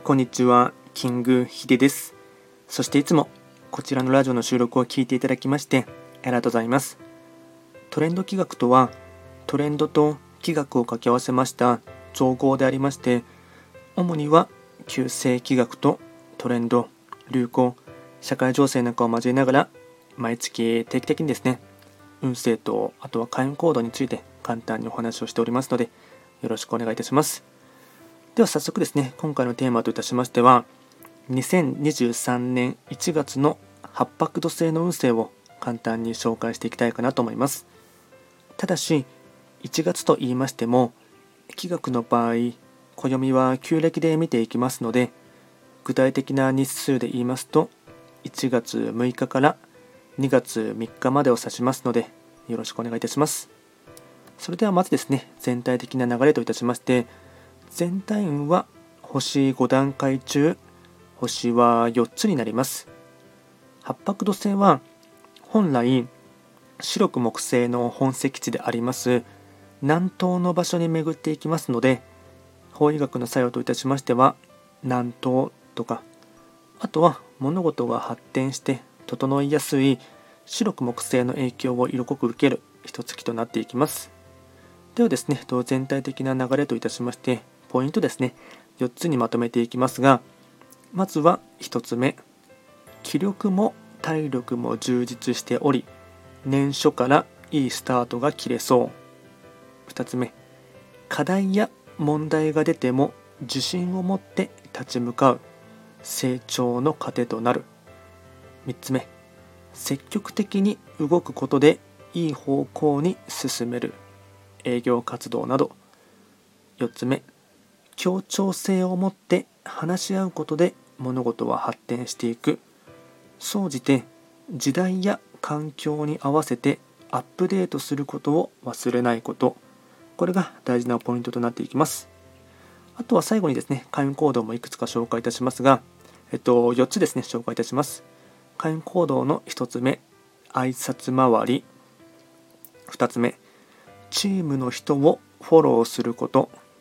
こんにちは、キングヒデです。そしていつもこちらのラジオの収録を聞いていただきましてありがとうございます。トレンド企画とは、トレンドと企画を掛け合わせました造語でありまして、主には旧世企画とトレンド、流行、社会情勢なんかを交えながら、毎月定期的にですね、運勢とあとは開運行動について簡単にお話をしておりますので、よろしくお願いいたします。では早速ですね、今回のテーマといたしましては、2023年1月の八白土星の運勢を簡単に紹介していきたいかなと思います。ただし、1月と言いましても、気学の場合、暦は旧暦で見ていきますので、具体的な日数で言いますと、1月6日から2月3日までを指しますので、よろしくお願いいたします。それではまずですね、全体的な流れといたしまして、全体運は星5段階中、星は4つになります。八白土星は本来白く木星の本石地であります南東の場所に巡っていきますので、法医学の作用といたしましては、南東とか、あとは物事が発展して整いやすい白く木星の影響を色濃く受ける一月となっていきます。ではですね、全体的な流れといたしまして、ポイントですね、4つにまとめていきますが、まずは1つ目、気力も体力も充実しており、年初からいいスタートが切れそう。2つ目、課題や問題が出ても自信を持って立ち向かう、成長の糧となる。3つ目、積極的に動くことでいい方向に進める、営業活動など。4つ目、協調性を持って話し合うことで物事は発展していく。総じて時代や環境に合わせてアップデートすることを忘れないこと。これが大事なポイントとなっていきます。あとは最後にですね、開運行動もいくつか紹介いたしますが、4つですね、紹介いたします。開運行動の1つ目、挨拶回り。2つ目、チームの人をフォローすること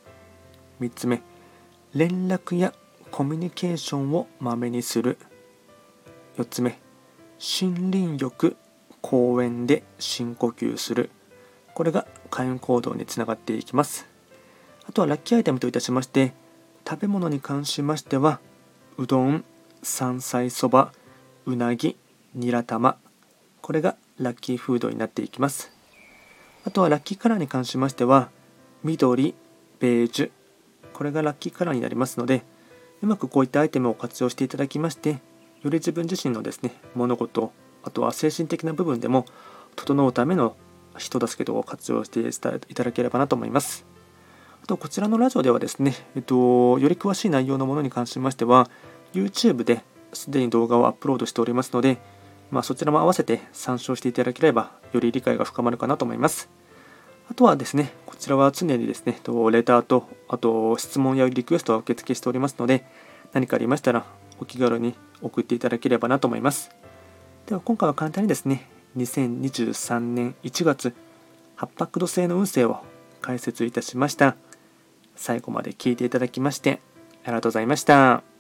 。3つ目、連絡やコミュニケーションをまめにする。4つ目、森林浴、公園で深呼吸する。これが開運行動につながっていきます。あとはラッキーアイテムといたしまして、食べ物に関しましては、うどん、山菜そば、うなぎ、ニラ玉。これがラッキーフードになっていきます。あとはラッキーカラーに関しましては、緑、ベージュ。これがラッキーカラーになりますので、うまくこういったアイテムを活用していただきまして、より自分自身のですね、物事、あとは精神的な部分でも整うための人助けとを活用していただければなと思います。あとこちらのラジオではですね、より詳しい内容のものに関しましては、YouTube ですでに動画をアップロードしておりますので、そちらも合わせて参照していただければ、より理解が深まるかなと思います。あとはですね、こちらは常にですね、レターと、あと質問やリクエストは受付しておりますので、何かありましたらお気軽に送っていただければなと思います。では今回は簡単にですね、2023年1月、八白土星の運勢を解説いたしました。最後まで聞いていただきまして、ありがとうございました。